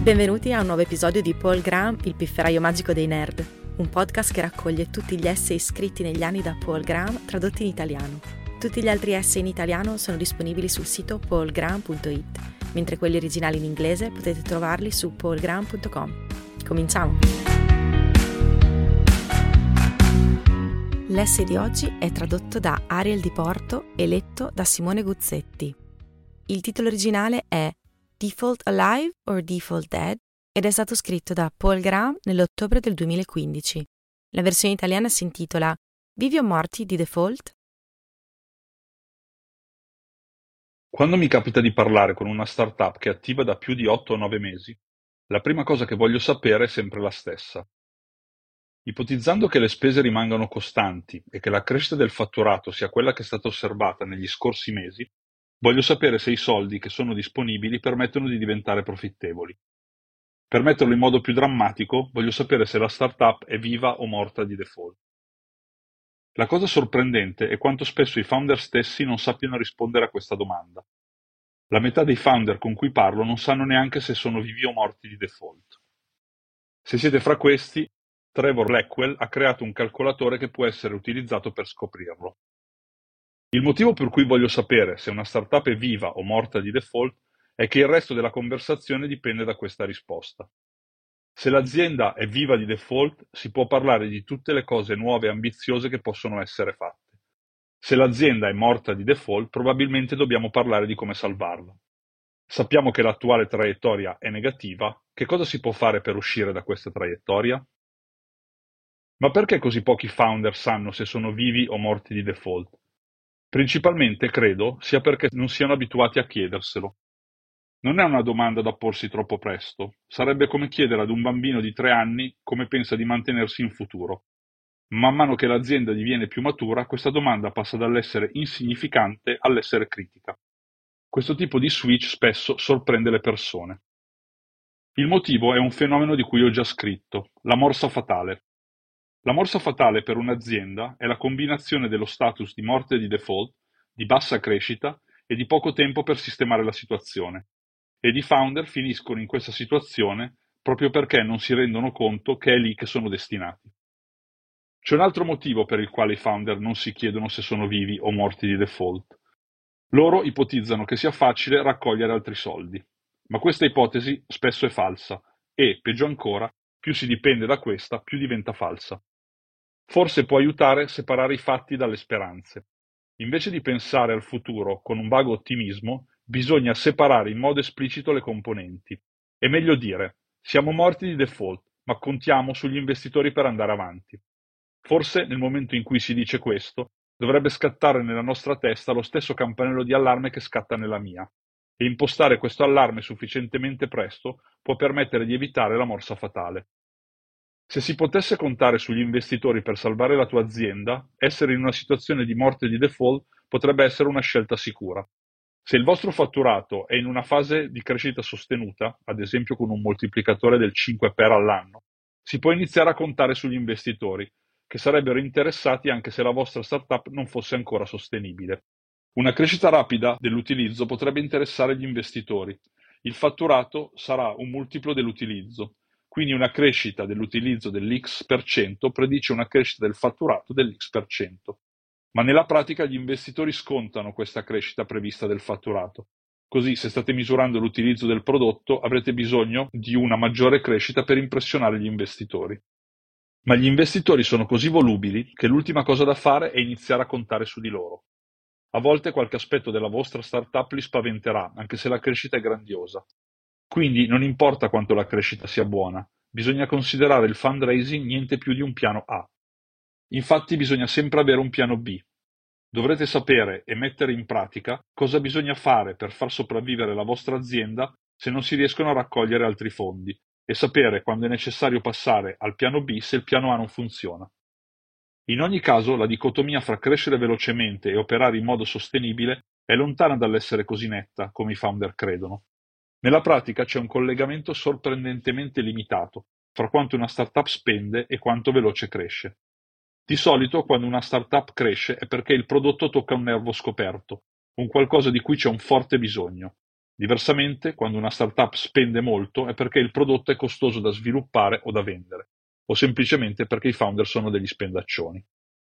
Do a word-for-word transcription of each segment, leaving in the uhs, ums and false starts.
Benvenuti a un nuovo episodio di Paul Graham, il pifferaio magico dei nerd, un podcast che raccoglie tutti gli essay scritti negli anni da Paul Graham tradotti in italiano. Tutti gli altri essay in italiano sono disponibili sul sito paul graham punto it, mentre quelli originali in inglese potete trovarli su paul graham punto com. Cominciamo! L'essay di oggi è tradotto da Ariel Di Porto e letto da Simone Guzzetti. Il titolo originale è Default Alive or Default Dead ed è stato scritto da Paul Graham nell'ottobre del duemilaquindici. La versione italiana si intitola Vivi o morti di default? Quando mi capita di parlare con una startup che è attiva da più di otto o nove mesi, la prima cosa che voglio sapere è sempre la stessa. Ipotizzando che le spese rimangano costanti e che la crescita del fatturato sia quella che è stata osservata negli scorsi mesi, voglio sapere se i soldi che sono disponibili permettono di diventare profittevoli. Per metterlo in modo più drammatico, voglio sapere se la startup è viva o morta di default. La cosa sorprendente è quanto spesso i founder stessi non sappiano rispondere a questa domanda. La metà dei founder con cui parlo non sanno neanche se sono vivi o morti di default. Se siete fra questi, Trevor Blackwell ha creato un calcolatore che può essere utilizzato per scoprirlo. Il motivo per cui voglio sapere se una startup è viva o morta di default è che il resto della conversazione dipende da questa risposta. Se l'azienda è viva di default, si può parlare di tutte le cose nuove e ambiziose che possono essere fatte. Se l'azienda è morta di default, probabilmente dobbiamo parlare di come salvarla. Sappiamo che l'attuale traiettoria è negativa, che cosa si può fare per uscire da questa traiettoria? Ma perché così pochi founder sanno se sono vivi o morti di default? Principalmente, credo, sia perché non siano abituati a chiederselo. Non è una domanda da porsi troppo presto, sarebbe come chiedere ad un bambino di tre anni come pensa di mantenersi in futuro. Man mano che l'azienda diviene più matura, questa domanda passa dall'essere insignificante all'essere critica. Questo tipo di switch spesso sorprende le persone. Il motivo è un fenomeno di cui ho già scritto, la morsa fatale. La morsa fatale per un'azienda è la combinazione dello status di morte di default, di bassa crescita e di poco tempo per sistemare la situazione. Ed i founder finiscono in questa situazione proprio perché non si rendono conto che è lì che sono destinati. C'è un altro motivo per il quale i founder non si chiedono se sono vivi o morti di default. Loro ipotizzano che sia facile raccogliere altri soldi, ma questa ipotesi spesso è falsa e, peggio ancora, più si dipende da questa, più diventa falsa. Forse può aiutare a separare i fatti dalle speranze. Invece di pensare al futuro con un vago ottimismo, bisogna separare in modo esplicito le componenti. È meglio dire, siamo morti di default, ma contiamo sugli investitori per andare avanti. Forse nel momento in cui si dice questo, dovrebbe scattare nella nostra testa lo stesso campanello di allarme che scatta nella mia, e impostare questo allarme sufficientemente presto può permettere di evitare la morsa fatale. Se si potesse contare sugli investitori per salvare la tua azienda, essere in una situazione di morte di default potrebbe essere una scelta sicura. Se il vostro fatturato è in una fase di crescita sostenuta, ad esempio con un moltiplicatore del cinque per all'anno, si può iniziare a contare sugli investitori, che sarebbero interessati anche se la vostra startup non fosse ancora sostenibile. Una crescita rapida dell'utilizzo potrebbe interessare gli investitori. Il fatturato sarà un multiplo dell'utilizzo. Quindi una crescita dell'utilizzo dell'X per cento predice una crescita del fatturato dell'X per cento. Ma nella pratica gli investitori scontano questa crescita prevista del fatturato. Così, se state misurando l'utilizzo del prodotto, avrete bisogno di una maggiore crescita per impressionare gli investitori. Ma gli investitori sono così volubili che l'ultima cosa da fare è iniziare a contare su di loro. A volte qualche aspetto della vostra startup li spaventerà, anche se la crescita è grandiosa. Quindi non importa quanto la crescita sia buona, bisogna considerare il fundraising niente più di un piano A. Infatti bisogna sempre avere un piano B. Dovrete sapere e mettere in pratica cosa bisogna fare per far sopravvivere la vostra azienda se non si riescono a raccogliere altri fondi e sapere quando è necessario passare al piano B se il piano A non funziona. In ogni caso, la dicotomia fra crescere velocemente e operare in modo sostenibile è lontana dall'essere così netta come i founder credono. Nella pratica c'è un collegamento sorprendentemente limitato fra quanto una startup spende e quanto veloce cresce. Di solito quando una startup cresce è perché il prodotto tocca un nervo scoperto, un qualcosa di cui c'è un forte bisogno. Diversamente, quando una startup spende molto è perché il prodotto è costoso da sviluppare o da vendere, o semplicemente perché i founder sono degli spendaccioni.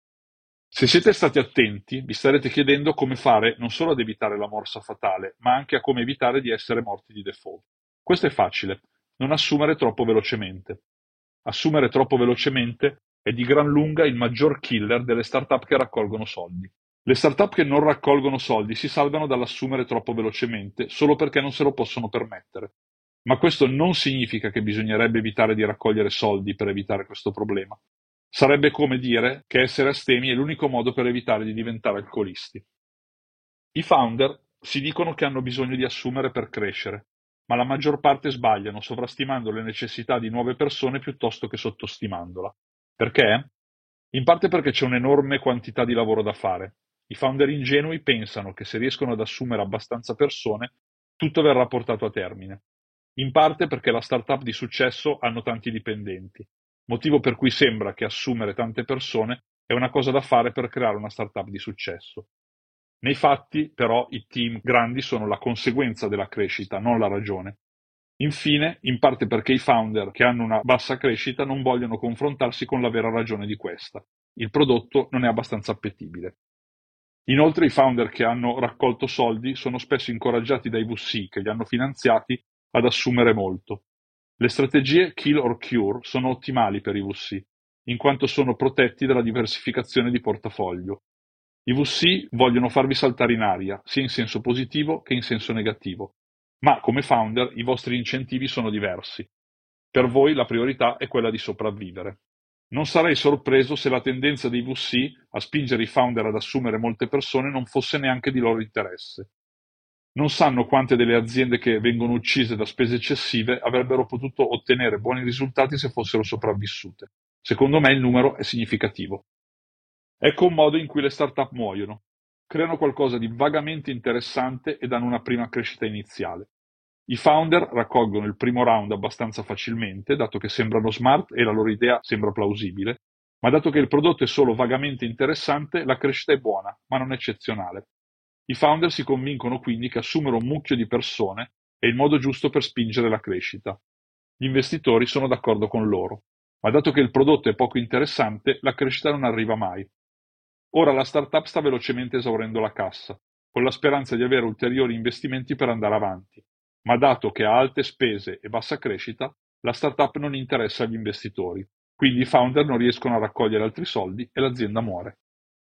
Se siete stati attenti, vi starete chiedendo come fare non solo ad evitare la morsa fatale, ma anche a come evitare di essere morti di default. Questo è facile, non assumere troppo velocemente. Assumere troppo velocemente è di gran lunga il maggior killer delle startup che raccolgono soldi. Le startup che non raccolgono soldi si salvano dall'assumere troppo velocemente solo perché non se lo possono permettere. Ma questo non significa che bisognerebbe evitare di raccogliere soldi per evitare questo problema. Sarebbe come dire che essere astemi è l'unico modo per evitare di diventare alcolisti. I founder si dicono che hanno bisogno di assumere per crescere, ma la maggior parte sbagliano sovrastimando le necessità di nuove persone piuttosto che sottostimandola. Perché? In parte perché c'è un'enorme quantità di lavoro da fare. I founder ingenui pensano che se riescono ad assumere abbastanza persone, tutto verrà portato a termine. In parte perché la startup di successo hanno tanti dipendenti, motivo per cui sembra che assumere tante persone è una cosa da fare per creare una startup di successo. Nei fatti, però, i team grandi sono la conseguenza della crescita, non la ragione. Infine, in parte perché i founder che hanno una bassa crescita non vogliono confrontarsi con la vera ragione di questa. Il prodotto non è abbastanza appetibile. Inoltre i founder che hanno raccolto soldi sono spesso incoraggiati dai V C che li hanno finanziati ad assumere molto. Le strategie kill or cure sono ottimali per i V C, in quanto sono protetti dalla diversificazione di portafoglio. I V C vogliono farvi saltare in aria, sia in senso positivo che in senso negativo, ma come founder i vostri incentivi sono diversi. Per voi la priorità è quella di sopravvivere. Non sarei sorpreso se la tendenza dei V C a spingere i founder ad assumere molte persone non fosse neanche di loro interesse. Non sanno quante delle aziende che vengono uccise da spese eccessive avrebbero potuto ottenere buoni risultati se fossero sopravvissute. Secondo me il numero è significativo. Ecco un modo in cui le startup muoiono. Creano qualcosa di vagamente interessante e danno una prima crescita iniziale. I founder raccolgono il primo round abbastanza facilmente, dato che sembrano smart e la loro idea sembra plausibile, ma dato che il prodotto è solo vagamente interessante, la crescita è buona, ma non eccezionale. I founder si convincono quindi che assumere un mucchio di persone è il modo giusto per spingere la crescita. Gli investitori sono d'accordo con loro, ma dato che il prodotto è poco interessante, la crescita non arriva mai. Ora la startup sta velocemente esaurendo la cassa, con la speranza di avere ulteriori investimenti per andare avanti. Ma dato che ha alte spese e bassa crescita, la startup non interessa agli investitori, quindi i founder non riescono a raccogliere altri soldi e l'azienda muore.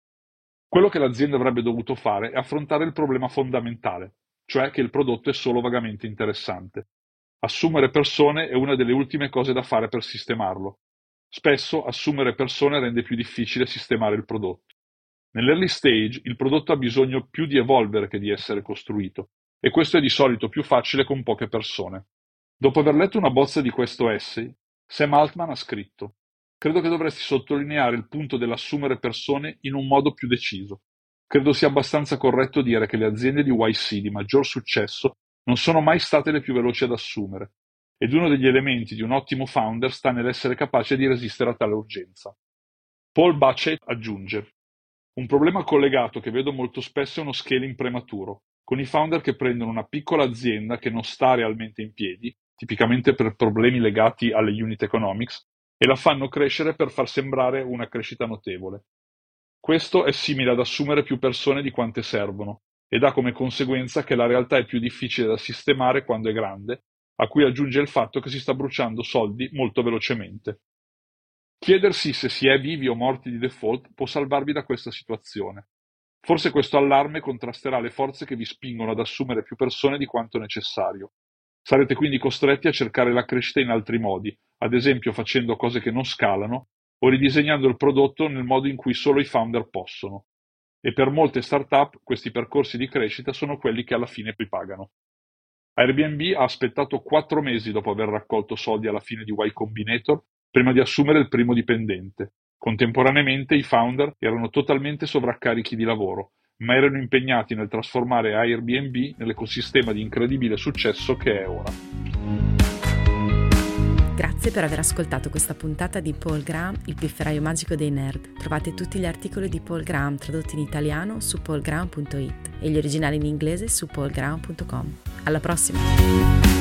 Quello che l'azienda avrebbe dovuto fare è affrontare il problema fondamentale, cioè che il prodotto è solo vagamente interessante. Assumere persone è una delle ultime cose da fare per sistemarlo. Spesso assumere persone rende più difficile sistemare il prodotto. Nell'early stage il prodotto ha bisogno più di evolvere che di essere costruito. E questo è di solito più facile con poche persone. Dopo aver letto una bozza di questo essay, Sam Altman ha scritto: credo che dovresti sottolineare il punto dell'assumere persone in un modo più deciso. Credo sia abbastanza corretto dire che le aziende di Y C di maggior successo non sono mai state le più veloci ad assumere, ed uno degli elementi di un ottimo founder sta nell'essere capace di resistere a tale urgenza. Paul Bachet aggiunge: un problema collegato che vedo molto spesso è uno scaling prematuro, con i founder che prendono una piccola azienda che non sta realmente in piedi, tipicamente per problemi legati alle unit economics, e la fanno crescere per far sembrare una crescita notevole. Questo è simile ad assumere più persone di quante servono, ed ha come conseguenza che la realtà è più difficile da sistemare quando è grande, a cui aggiunge il fatto che si sta bruciando soldi molto velocemente. Chiedersi se si è vivi o morti di default può salvarvi da questa situazione. Forse questo allarme contrasterà le forze che vi spingono ad assumere più persone di quanto necessario. Sarete quindi costretti a cercare la crescita in altri modi, ad esempio facendo cose che non scalano o ridisegnando il prodotto nel modo in cui solo i founder possono. E per molte start-up questi percorsi di crescita sono quelli che alla fine ripagano. Airbnb ha aspettato quattro mesi dopo aver raccolto soldi alla fine di Y Combinator prima di assumere il primo dipendente. Contemporaneamente i founder erano totalmente sovraccarichi di lavoro, ma erano impegnati nel trasformare Airbnb nell'ecosistema di incredibile successo che è ora. Grazie per aver ascoltato questa puntata di Paul Graham, il pifferaio magico dei nerd. Trovate tutti gli articoli di Paul Graham tradotti in italiano su paul graham punto it e gli originali in inglese su paul graham punto com. Alla prossima!